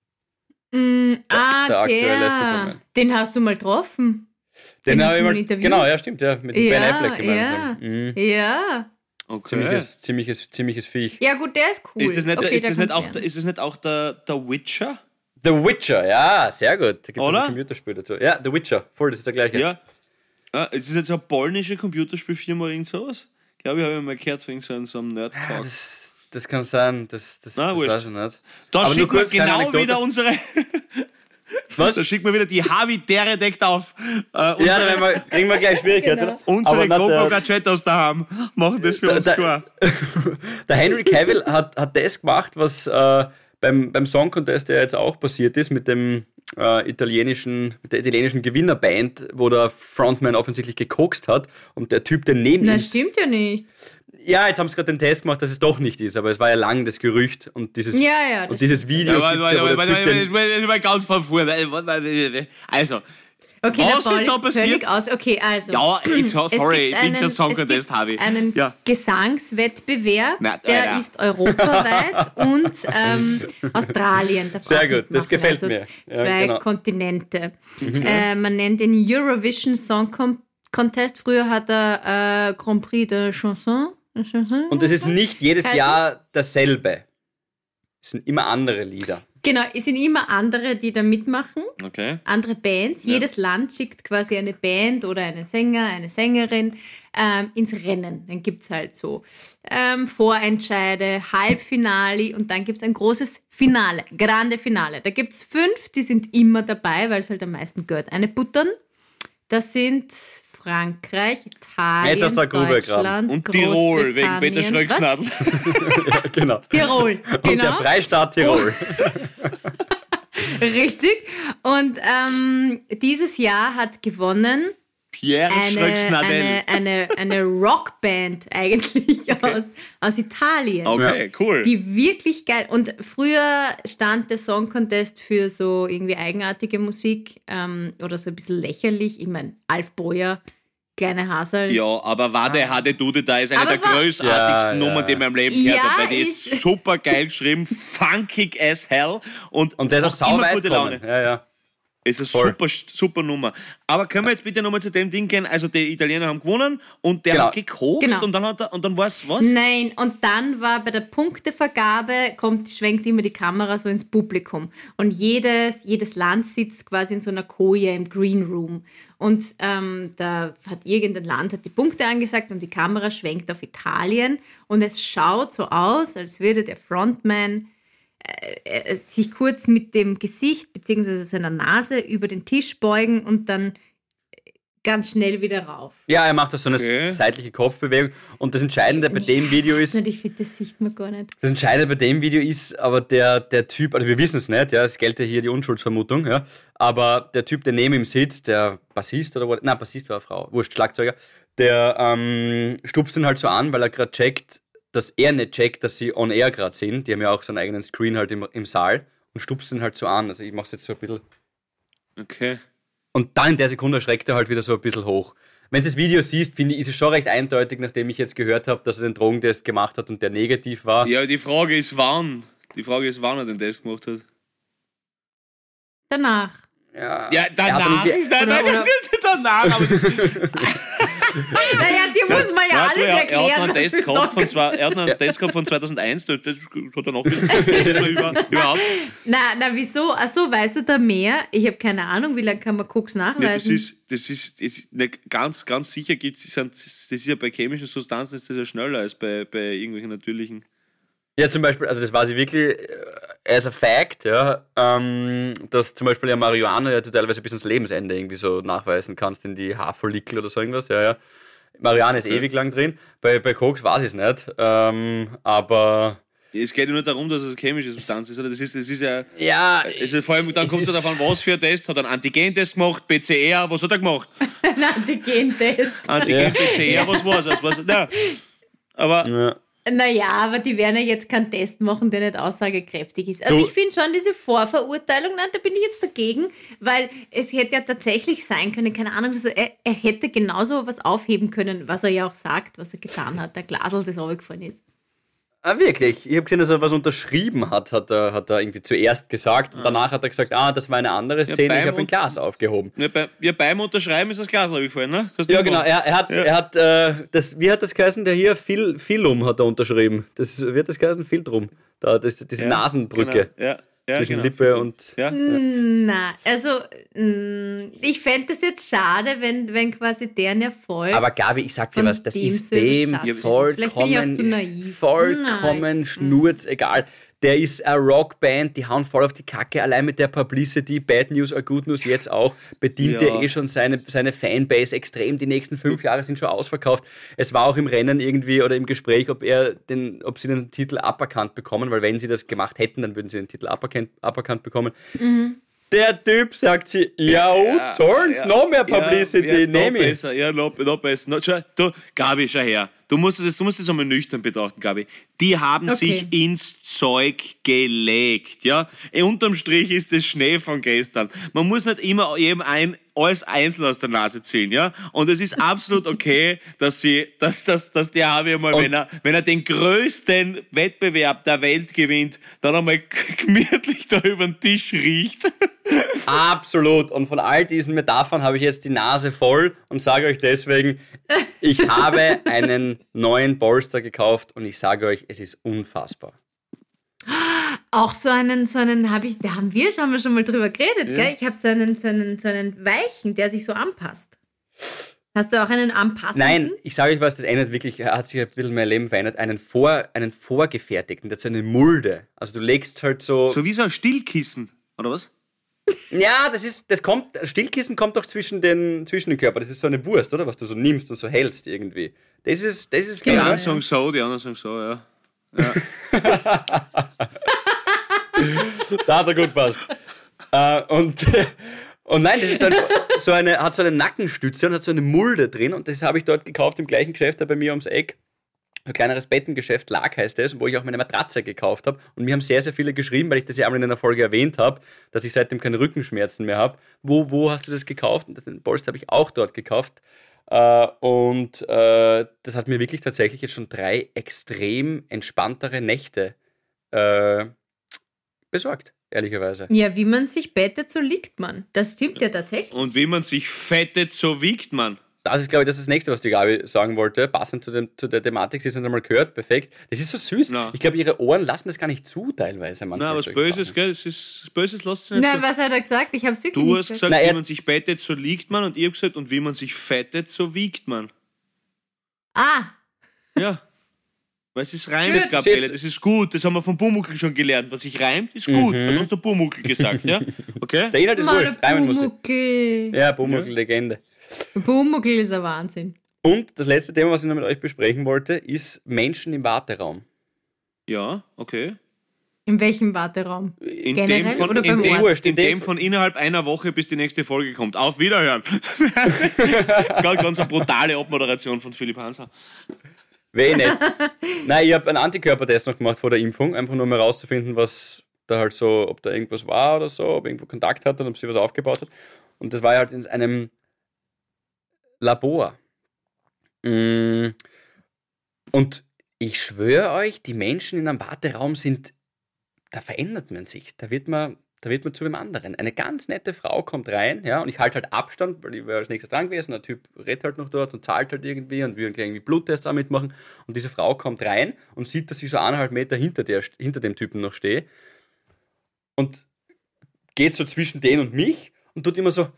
Mm, ah, der aktuelle der. Superman. Den hast du mal getroffen. Den, Den hast habe du ich mal mal, interviewt? genau, ja, stimmt, ja, mit dem Ben Ja, Affleck gemeinsam. ja. Mhm. Ja. Okay. Ziemliches, ziemliches, ziemliches Viech. Ja, gut, der ist cool. Ist das nicht, okay, ist der das nicht, kann's auch, werden. ist das nicht auch der, der Witcher? The Witcher, ja, sehr gut. Da gibt es Oder? ein Computerspiel dazu. Ja, The Witcher, voll, das ist der gleiche. Ja. ja. Es ist jetzt eine polnische Computerspielfirma oder irgend sowas. Ich glaube, ich habe mal gehört wegen so einem, so einem Nerd-Talk. Ah, das, das kann sein, das, das, Na, das wurscht. weiß ich nicht. Da Aber nur schickt man kurz, kleine genau Anekdote. wieder unsere. Was? Da schickt man wieder die Harvey Dere deckt auf. Äh, Ja, unsere da werden wir, kriegen wir gleich Schwierigkeiten. Genau. unsere Aber na, Coco der- Gadgetos daheim machen das für Da- uns da- klar. Der Henry Cavill hat, hat das gemacht, was äh, beim, beim Song Contest ja jetzt auch passiert ist, mit dem äh, italienischen, mit der italienischen Gewinnerband, wo der Frontman offensichtlich gekokst hat und der Typ, der neben ihm. Na, stimmt ja nicht. Ja, jetzt haben sie gerade den Test gemacht, dass es doch nicht ist, aber es war ja lang das Gerücht und dieses, Ja, ja, das und dieses Video Ja, warte, gibt's ja, warte, wo der warte, Typ den- warte, warte, warte, ganz von vorne. Also, Okay, Was der Paul ist da passiert? völlig aus. Okay, also. ja, ich, sorry, Es ich gibt bin kein einen- Song es Contest, gibt Harvey. einen Ja. Gesangswettbewerb, Na, der Alter. ist europaweit und ähm, Australien. darf Sehr auch gut, das mitmachen, gefällt also mir. Ja, zwei genau. Kontinente. Äh, man nennt den Eurovision Song Com- Contest. Früher hat er äh, Grand Prix de Chanson. Chanson. Und es ist nicht jedes Heißt Jahr dasselbe. Es sind immer andere Lieder. Genau, es sind immer andere, die da mitmachen. Okay. Andere Bands. Ja. Jedes Land schickt quasi eine Band oder einen Sänger, eine Sängerin ähm, ins Rennen. Dann gibt es halt so ähm, Vorentscheide, Halbfinale und dann gibt es ein großes Finale, Grande Finale. Da gibt es fünf, die sind immer dabei, weil es halt am meisten Geld einbuttern. Das sind Frankreich, Italien, Jetzt hast du eine Grube Deutschland, Und Tirol, wegen Großbritannien. Peter Schröcksnadel. Ja, genau. Was? Tirol, Und der genau. Freistaat Tirol. Richtig. Und ähm, dieses Jahr hat gewonnen Pierre eine, Schröcksnadel. eine, eine, eine Rockband eigentlich aus, aus Italien. Okay, cool. Die wirklich geil. Und früher stand der Song Contest für so irgendwie eigenartige Musik ähm, oder so ein bisschen lächerlich. Ich meine, Alf Boyer, kleine Hasel. Ja, aber Wade, Hade, Dude, da ist eine Aber der wa- großartigsten Ja, ja. Nummern, die ich in meinem Leben gehört Ja, habe, weil die ist, ist- super geil geschrieben, funkig as hell und, Und der ist auch macht immer sauweit gute gekommen. Laune. Ja, ja. Es ist Voll. eine super, super Nummer. Aber können wir jetzt bitte nochmal zu dem Ding gehen? Also, die Italiener haben gewonnen und der Genau. hat gekokst Genau. und dann hat er, und dann war es was? Nein, und dann war bei der Punktevergabe, kommt, schwenkt immer die Kamera so ins Publikum. Und jedes, jedes Land sitzt quasi in so einer Koje im Green Room. Und ähm, da hat irgendein Land hat die Punkte angesagt und die Kamera schwenkt auf Italien. Und es schaut so aus, als würde der Frontman äh, sich kurz mit dem Gesicht bzw. seiner Nase über den Tisch beugen und dann ganz schnell wieder rauf. Ja, er macht da so eine Okay. seitliche Kopfbewegung. Und das Entscheidende bei dem Video ist, Ich finde, das sieht man gar nicht. das Entscheidende bei dem Video ist aber der, der Typ, also wir wissen es nicht, ja, es gilt ja hier die Unschuldsvermutung, ja, aber der Typ, der neben ihm sitzt, der Bassist oder was, nein, Bassist war eine Frau, wurscht, Schlagzeuger, der ähm, stupst ihn halt so an, weil er gerade checkt, dass er nicht checkt, dass sie on air gerade sind. Die haben ja auch so einen eigenen Screen halt im, im Saal und stupst ihn halt so an. Also ich mach's jetzt so ein bisschen. Okay. Und dann in der Sekunde schreckt er halt wieder so ein bisschen hoch. Wenn du das Video siehst, finde ich, ist es schon recht eindeutig, nachdem ich jetzt gehört habe, dass er den Drogentest gemacht hat und der negativ war. Ja, die Frage ist, wann? Die Frage ist, wann er den Test gemacht hat. Danach. Ja, Ja, er hat danach irgendwie- ist nein, Oder- nein, oder- danach. Aber das, Naja, dir muss man ja Nein, alles du, er, er hat erklären. noch einen was Test du gehabt von sagst. zwei, er hat noch einen Test gehabt von zweitausendeins, das, das hat er noch das war über, überhaupt. Na, na, wieso? Achso, weißt du da mehr? Ich habe keine Ahnung, wie lange kann man Koks Ja, das nachweisen? ist, das ist, das ist nicht ganz, ganz sicher gibt es, das ist ja bei chemischen Substanzen ist das ja schneller als bei, bei irgendwelchen natürlichen. Ja, zum Beispiel, also das war sie wirklich äh, as a fact, ja, ähm, dass zum Beispiel ja Marihuana ja du teilweise bis ans Lebensende irgendwie so nachweisen kannst in die Haarfollikel oder so irgendwas, ja, ja. Marihuana ist ewig lang drin. Bei, bei Koks weiß ich es nicht. Ähm, aber... Es geht ja nur darum, dass es eine chemische Substanz ist, oder? Das ist, das ist ja... Ja, Also vor allem, dann kommt es darauf an, was für ein Test. Hat er einen Antigentest gemacht, P C R, was hat er gemacht? Ein Antigentest. Antigen, P C R, was war es? Was, na, aber... ja. Naja, aber die werden ja jetzt keinen Test machen, der nicht aussagekräftig ist. Also Du- ich finde schon diese Vorverurteilung, nein, da bin ich jetzt dagegen, weil es hätte ja tatsächlich sein können, keine Ahnung, dass er, er hätte genauso was aufheben können, was er ja auch sagt, was er getan hat, der Glasl, das runtergefallen ist. Ah, wirklich? Ich habe gesehen, dass er was unterschrieben hat, hat er, hat er irgendwie zuerst gesagt. Und danach hat er gesagt, ah, das war eine andere Szene, beim ich habe ein und- Glas aufgehoben. Ja, bei, ja, beim Unterschreiben ist das Glas gefallen, ne? Kannst du Ja, nicht genau. machen. Er, er hat, Ja. er hat äh, das, wie hat das geheißen? Der hier, Phil, Philum hat er unterschrieben. Das, wie hat das geheißen? Filtrum. Da, das, diese Ja, Nasenbrücke Genau. Ja, ja, zwischen genau. Lippe und... Ja. Na, also mh, ich fände es jetzt schade, wenn, wenn quasi deren Erfolg... Aber Gabi, ich sag dir Von was, das dem ist so dem überschattet ist. vollkommen, Vielleicht bin ich auch zu naiv. vollkommen Nein. schnurzegal. Der ist eine Rockband, die hauen voll auf die Kacke. Allein mit der Publicity, Bad News or Good News jetzt auch, bedient Ja. er eh schon seine, seine Fanbase extrem. Die nächsten fünf Jahre sind schon ausverkauft. Es war auch im Rennen irgendwie oder im Gespräch, ob er den, ob sie den Titel aberkannt bekommen, weil wenn sie das gemacht hätten, dann würden sie den Titel aberkannt, aberkannt bekommen. Der Typ sagt sie, ja, und sollen's noch mehr Publicity, ja, ja, nehme noch ich. besser, ja, noch, noch besser. Noch, schau, du, Gabi, schau her. Du musst das, du musst das einmal nüchtern betrachten, Gabi. Die haben Okay. sich ins Zeug gelegt, ja. Eh, Unterm Strich ist es Schnee von gestern. Man muss nicht immer jedem ein, alles einzeln aus der Nase ziehen, ja. Und es ist absolut okay, dass sie, dass, dass, dass der Harvey einmal, Und- wenn er, wenn er den größten Wettbewerb der Welt gewinnt, dann einmal gemütlich da über den Tisch riecht. Absolut. Und von all diesen Metaphern habe ich jetzt die Nase voll und sage euch deswegen, ich habe einen neuen Polster gekauft und ich sage euch, es ist unfassbar. Auch so einen, so einen habe ich, da haben wir schon mal, schon mal drüber geredet, Ja. gell? Ich habe so einen, so, einen, so einen weichen, der sich so anpasst. Hast du auch einen anpassenden? Nein, ich sage euch was, das ändert wirklich, er hat sich ein bisschen mein Leben verändert, einen, vor, einen vorgefertigten, der hat so eine Mulde. Also du legst halt so... So wie so ein Stillkissen, oder was? Ja, das ist, das kommt, Stillkissen kommt doch zwischen den, zwischen den Körper. Das ist so eine Wurst, oder? Was du so nimmst und so hältst irgendwie. Das ist, das ist Die Genau, einen ja. sagen so, die anderen sagen so, ja. Da hat er gut passt. äh, und, und nein, das ist so, ein, so eine, hat so eine Nackenstütze und hat so eine Mulde drin und das habe ich dort gekauft im gleichen Geschäft, da bei mir ums Eck. So ein kleineres Bettengeschäft, Lag heißt es, wo ich auch meine Matratze gekauft habe. Und mir haben sehr, sehr viele geschrieben, weil ich das ja einmal in einer Folge erwähnt habe, dass ich seitdem keine Rückenschmerzen mehr habe. Wo, wo hast du das gekauft? Und den Polster habe ich auch dort gekauft. Äh, und äh, das hat mir wirklich tatsächlich jetzt schon drei extrem entspanntere Nächte äh, besorgt, ehrlicherweise. Ja, wie man sich bettet, so liegt man. Das stimmt ja tatsächlich. Und wie man sich fettet, so wiegt man. Das ist, glaube ich, das, ist das Nächste, was die Gabi sagen wollte, passend zu, dem, zu der Thematik. Sie sind einmal gehört, perfekt. Das ist so süß. Na. Ich glaube, ihre Ohren lassen das gar nicht zu, teilweise. manchmal, Na, was solche Böses, Sachen. gell? Das ist, das Böses lässt sich nicht Na, so. was hat er gesagt? Ich habe es wirklich Du nicht hast gesagt, Na, wie er- man sich bettet, so liegt man. Und ich habe gesagt, und wie man sich fettet, so wiegt man. Ah, Ja. Weil es ist reimt, Gut. Gabriele, das ist gut. Das haben wir von Bumuckel schon gelernt. Was sich reimt, ist gut. Mhm. Das hast du Bumuckel gesagt, ja? Okay? Der Inhalt ist mal wurscht, reimen muss ich. Bumuckel. Ja, Bumuckel-Legende. Bumuckel ist ein Wahnsinn. Und das letzte Thema, was ich noch mit euch besprechen wollte, ist Menschen im Warteraum. Ja, okay. In welchem Warteraum? In Generell dem von, oder in beim dem, Ort? Wurscht, in in dem- dem von innerhalb einer Woche, bis die nächste Folge kommt. Auf Wiederhören. ganz, ganz eine brutale Abmoderation von Philipp Hanser. Wer nicht. Nein, ich habe einen Antikörpertest noch gemacht vor der Impfung, einfach nur um herauszufinden, was da halt so, ob da irgendwas war oder so, ob irgendwo Kontakt hat und ob sie was aufgebaut hat. Und das war halt in einem Labor. Mm. Und ich schwöre euch, die Menschen in einem Warteraum sind, da verändert man sich. Da wird man, da wird man zu einem anderen. Eine ganz nette Frau kommt rein, ja, und ich halte halt Abstand, weil ich wäre als nächstes dran gewesen. Der Typ redet halt noch dort und zahlt halt irgendwie und will irgendwie Bluttests auch mitmachen. Und diese Frau kommt rein und sieht, dass ich so eineinhalb Meter hinter, der, hinter dem Typen noch stehe. Und geht so zwischen den und mich und tut immer so.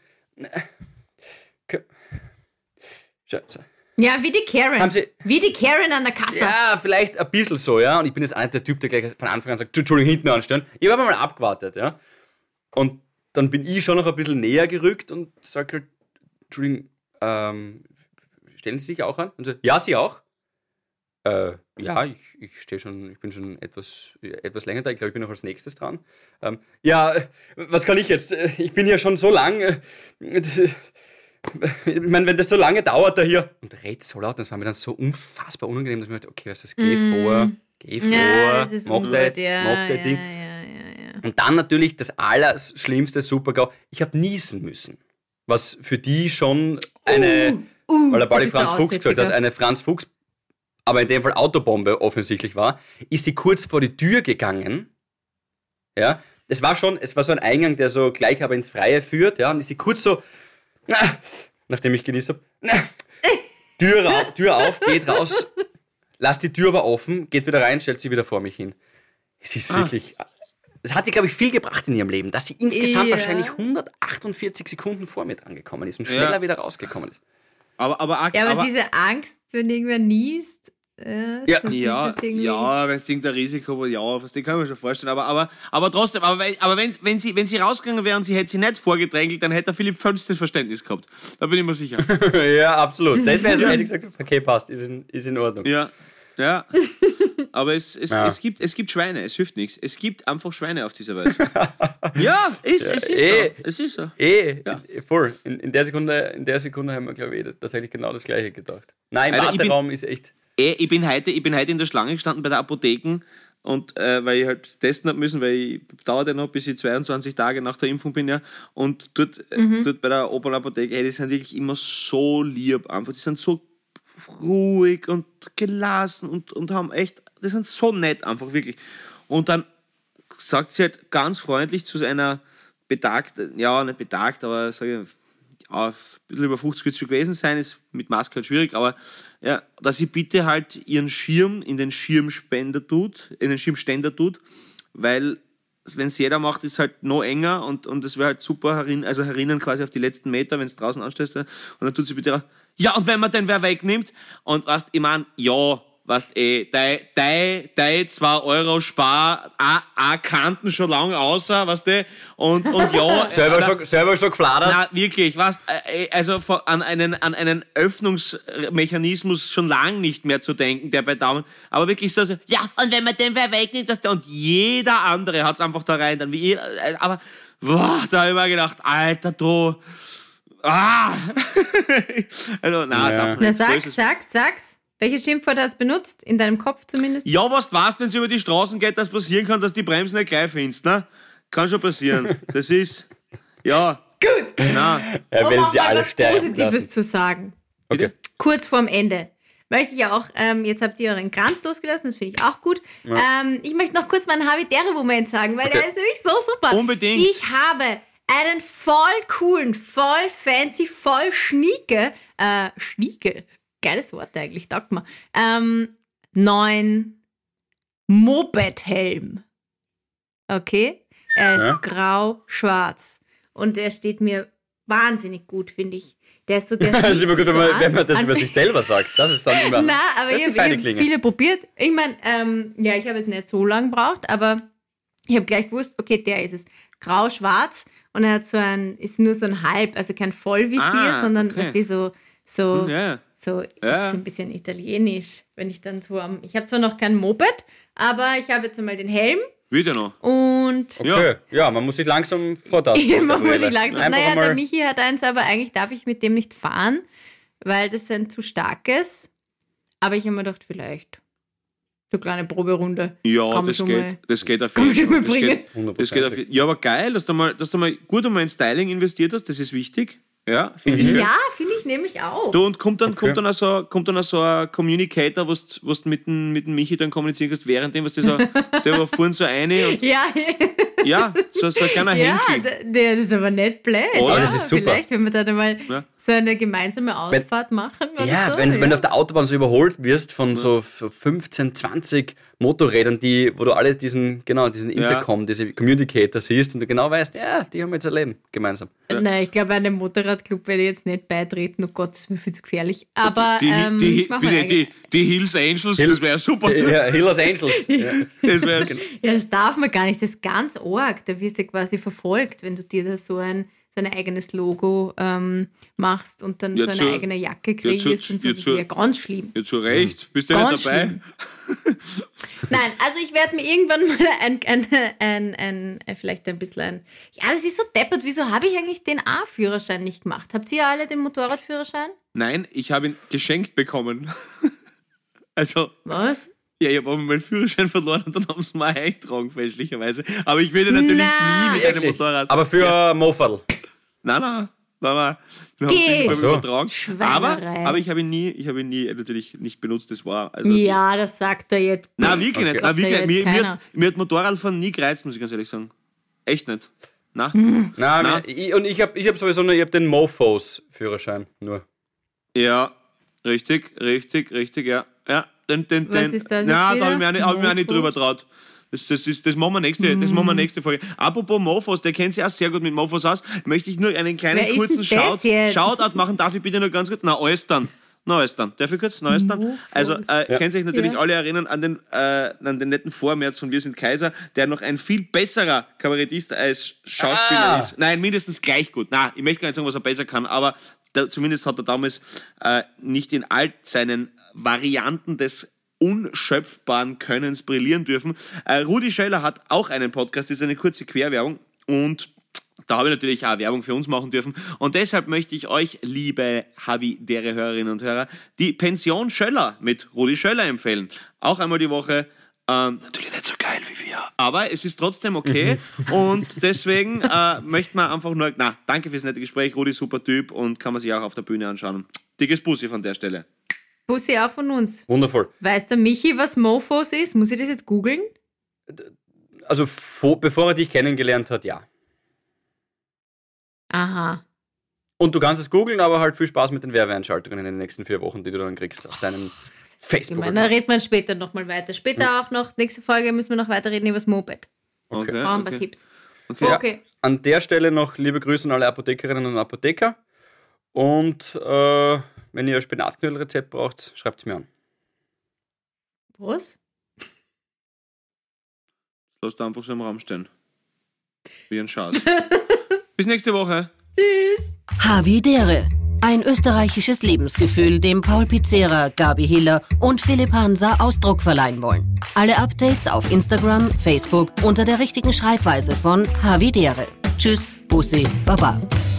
Schau, so. Ja, wie die Karen. Haben Sie- Wie die Karen an der Kasse. Ja, vielleicht ein bisschen so, ja. Und ich bin jetzt einer der Typ, der gleich von Anfang an sagt, Entschuldigung, hinten anstellen. Ich habe mal abgewartet, ja. Und dann bin ich schon noch ein bisschen näher gerückt und sage halt, Entschuldigung, ähm, stellen Sie sich auch an? Und so, ja, Sie auch? Äh, ja, ich, ich stehe schon, ich bin schon etwas, etwas länger da. Ich glaube, ich bin noch als nächstes dran. Ähm, ja, was kann ich jetzt? Ich bin ja schon so lang. Äh, das, ich meine, wenn das so lange dauert da hier. Und der redet so laut, das war mir dann so unfassbar unangenehm, dass ich mir dachte, okay, was ist das? Geh Mm. vor, geh vor, Ja, das ist mach ungut, dein, ja, mach dein ja, Ding. ja, ja, ja. Und dann natürlich das Allerschlimmste Super-GAU. Ich habe niesen müssen. Was für die schon eine, Uh, weil der da Balli bist du Franz Fuchs gesagt hat, aussätziger. eine Franz Fuchs, aber in dem Fall Autobombe offensichtlich war, ist sie kurz vor die Tür gegangen. Ja, es war schon, es war so ein Eingang, der so gleich aber ins Freie führt, ja, und ist sie kurz so, nachdem ich genießt habe, Tür, ra- Tür auf, geht raus, lasst die Tür aber offen, geht wieder rein, stellt sie wieder vor mich hin. Es ist Ah. wirklich, es hat ihr, glaube ich, viel gebracht in ihrem Leben, dass sie insgesamt Ja. wahrscheinlich hundertachtundvierzig Sekunden vor mir dran gekommen ist und schneller Ja. wieder rausgekommen ist. Aber, aber, Ja, aber, aber diese Angst, wenn irgendwer niest, äh, Ja. das ist Ja, jetzt irgendwie- ja, wenn es irgendein Risiko war, ja, was den kann man schon vorstellen. Aber, aber, aber trotzdem, aber, wenn, aber wenn, wenn, sie, wenn sie rausgegangen wäre und sie hätte sie nicht vorgedrängelt, dann hätte der Philipp vollstes Verständnis gehabt. Da bin ich mir sicher. Ja, absolut. Das wäre so, hätte ich gesagt, okay, passt, ist in, ist in Ordnung. Ja, ja. Aber es, es, Ja. es, gibt, es gibt Schweine, es hilft nichts. Es gibt einfach Schweine auf dieser Welt. Ja, es, es ist eh. so. Es ist so. Eh, Ja. voll. In, in, der Sekunde, in der Sekunde haben wir, glaube ich, tatsächlich genau das Gleiche gedacht. Nein, im Alter, ich bin- Warteraum ist echt... Eh, ich, bin heute, ich bin heute in der Schlange gestanden bei der Apotheke, und, äh, weil ich halt testen habe müssen, weil ich dauert ja noch, bis ich zweiundzwanzig Tage nach der Impfung bin. Ja. Und dort, äh, dort bei der Opel-Apotheke, hey, die sind wirklich immer so lieb. Einfach. Die sind so ruhig und gelassen und, und haben echt, die sind so nett einfach, wirklich. Und dann sagt sie halt ganz freundlich zu einer betagten, ja, nicht betagt, aber sag ich, ja, ein bisschen über fünfzig wird es schon gewesen sein, ist mit Maske halt schwierig, aber ja, dass sie bitte halt ihren Schirm in den Schirmspender tut, in den Schirmständer tut, weil wenn es jeder macht, ist es halt noch enger, und, und es wäre halt super, herin, also herinnen quasi auf die letzten Meter, wenn es draußen anstellst, und dann tut sie bitte raus, ja, und wenn man den wer wegnimmt, und weißt, ich mein, ja, weißt eh, dein, dein, dein zwei Euro Spar, a, a kannten schon lange außer, weißt du, und, und ja. Selber äh, schon, selber schon gefladert. Na, wirklich, weißt, äh, also von- an einen, an einen Öffnungsmechanismus schon lang nicht mehr zu denken, der bei Daumen, aber wirklich so, so ja, und wenn man den wer wegnimmt, dass der, und jeder andere hat's einfach da rein, dann wie ihr, äh, aber, boah, da hab ich mir gedacht, Alter, du, ah, also, na, Ja. darf man Na, nichts sag, Böses- sag, sag's. Welches Schimpfwort hast du benutzt? In deinem Kopf zumindest? Ja, was weißt, wenn es über die Straßen geht, dass passieren kann, dass die Bremsen nicht gleich findest, ne? Kann schon passieren. Das ist, ja, Gut. na, Er will Um auch sie mal alle was sterben Positives lassen. zu sagen. Okay. Kurz vorm Ende. Möchte ich auch, ähm, jetzt habt ihr euren Grant losgelassen, das finde ich auch gut. Ähm, ich möchte noch kurz meinen Habitäre-Moment sagen, weil Okay. der ist nämlich so super. Unbedingt. Ich habe einen voll coolen, voll fancy, voll schnieke, äh, schnieke, geiles Wort eigentlich, taugt mir, ähm, neuen Moped-Helm. Okay? Er ist Ja. grau-schwarz. Und der steht mir wahnsinnig gut, finde ich. Der ist so, der Das ist immer gut, wenn man, wenn man das an- über sich selber sagt. Das ist dann immer... Na, aber das ich ist die habe feine hab Klinge. viele probiert. Ich meine, ähm, ja, ich habe es nicht so lange gebraucht, aber ich habe gleich gewusst, okay, der ist es. Grau-schwarz, und er hat so ein, ist nur so ein Halb, also kein Vollvisier, Ah, sondern okay. weißt du, so, so, Hm, ja. so, Ja. so ein bisschen italienisch, wenn ich dann so am, ich habe zwar noch kein Moped, aber ich habe jetzt einmal den Helm wieder noch. und Okay, ja. man muss sich langsam vortasten. man muss sich Gabriele. langsam. Einfach Naja, einmal- der Michi hat eins, aber eigentlich darf ich mit dem nicht fahren, weil das ein zu starkes. Aber ich habe mir gedacht, vielleicht so eine kleine Proberunde. Ja, Kann man das schon geht, mal- das geht auf kann man jeden schon Fall. mal Das bringen. geht, das geht auf, hundertprozentig. ja, aber geil, dass du mal, dass du mal gut einmal in Styling investiert hast, das ist wichtig. Ja, finde ich. Ja, finde ich nämlich auch. Du, und kommt dann, Okay. kommt dann auch so, kommt dann auch so ein Communicator, wo du mit dem, mit dem Michi dann kommunizieren kannst, währenddem, was du so, der war vorhin so eine und, Ja, ja, so, so ein kleiner ja, Henkel. der, der ist aber nicht blöd. Oder? Ja, Das ist super. Vielleicht, wenn wir dann einmal Ja. so eine gemeinsame Ausfahrt machen oder Ja, so. wenn, ja. wenn du auf der Autobahn so überholt wirst von so fünfzehn, zwanzig Motorrädern, die, wo du alle diesen, genau, diesen Intercom, diese Communicator siehst und du genau weißt, ja, die haben jetzt ein Leben gemeinsam. Nein, ich glaube, einem Motorradclub werde ich jetzt nicht beitreten. Oh Gott, das ist mir viel zu gefährlich. Aber Die, ähm, die, ich mach mal die, die, die Hills Angels, das wäre super. Ja, Hillers Angels. Ja. Das wär, Ja, das darf man gar nicht. Das ist ganz arg. Da wirst du quasi verfolgt, wenn du dir da so ein, dein eigenes Logo ähm, machst und dann Ja, so eine zu- eigene Jacke ja, zu- kreierst und so, ja, das zu- ist ja ganz schlimm. Ja, zu Recht. Bist du Ganz nicht dabei? schlimm. Nein, also ich werde mir irgendwann mal ein, ein, ein, ein, ein, vielleicht ein bisschen ein, ja, das ist so deppert, wieso habe ich eigentlich den A-Führerschein nicht gemacht? Habt ihr alle den Motorradführerschein? Nein, ich habe ihn geschenkt bekommen. Also, Was? ja, ich habe auch meinen Führerschein verloren und dann haben sie mal eingetragen, fälschlicherweise. Aber ich würde natürlich Na. nie mit einem Wirklich? Motorrad. Aber für ja. Mofadl. Nein, nein, nein, nein. Wir haben Geh. es So. übertragen. Aber, Schweinerei. aber ich habe ihn nie, ich habe ihn nie natürlich nicht benutzt. Das war also. Ja, das sagt er jetzt. Nein, wirklich Okay. nicht. Nein, wirklich Sagt nicht. ja Mir, jetzt mir, keiner. mir hat Motorradfahren nie gereizt, muss ich ganz ehrlich sagen. Echt nicht. Nein. Hm. Nein, Na? ich, und ich habe ich hab sowieso nur, ich hab den Mofos-Führerschein nur. Ja, richtig, richtig, richtig, ja. Ja, den, den, Was den. ist das Ja, jetzt da habe ich mir auch nicht, hab ich mir auch nicht Mofos? drüber traut. Das, das, ist, das, machen wir nächste, das machen wir nächste Folge. Apropos Mofos, der kennt sich auch sehr gut mit Mofos aus. Möchte ich nur einen kleinen Wer ist kurzen denn das Shout, jetzt? Shoutout machen. Darf ich bitte nur ganz kurz? Na, alles dann. Na, alles dann. Darf ich kurz? Na, alles dann. Mofos. Also, äh, Ja. könnt ihr euch natürlich Ja. alle erinnern an den, äh, an den netten Vormärz von Wir sind Kaiser, der noch ein viel besserer Kabarettist als Schauspieler Ah. ist. Nein, mindestens gleich gut. Na, ich möchte gar nicht sagen, was er besser kann, aber da, zumindest hat er damals äh, nicht in all seinen Varianten des unschöpfbaren Könnens brillieren dürfen. Äh, Rudi Schöller hat auch einen Podcast, das ist eine kurze Querwerbung und da habe ich natürlich auch Werbung für uns machen dürfen. Und deshalb möchte ich euch, liebe Havidere Hörerinnen und Hörer, die Pension Schöller mit Rudi Schöller empfehlen. Auch einmal die Woche. Ähm, natürlich nicht so geil wie wir. Aber es ist trotzdem okay. Und deswegen äh, möchte man einfach nur... Na, danke fürs nette Gespräch. Rudi, super Typ und kann man sich auch auf der Bühne anschauen. Dickes Bussi von der Stelle. Bussi auch von uns. Wundervoll. Weiß der Michi, was Mofos ist? Muss ich das jetzt googeln? Also vor, bevor er dich kennengelernt hat, ja. Aha. Und du kannst es googeln, aber halt viel Spaß mit den Werbeeinschaltungen in den nächsten vier Wochen, die du dann kriegst auf deinem Facebook. Ich meine, da reden wir später nochmal weiter. Später auch noch, nächste Folge müssen wir noch weiter reden über das Moped. Okay, Brauchen ein paar okay. Tipps. Okay. Ja. Okay. An der Stelle noch liebe Grüße an alle Apothekerinnen und Apotheker. Und äh, wenn ihr ein Spinatknödelrezept braucht, schreibt es mir an. Was? Lass da einfach so im Raum stehen. Wie ein Schatz. Bis nächste Woche. Tschüss. Havidere. Ein österreichisches Lebensgefühl, dem Paul Pizzera, Gabi Hiller und Philipp Hansa Ausdruck verleihen wollen. Alle Updates auf Instagram, Facebook unter der richtigen Schreibweise von Havidere. Tschüss, Bussi, Baba.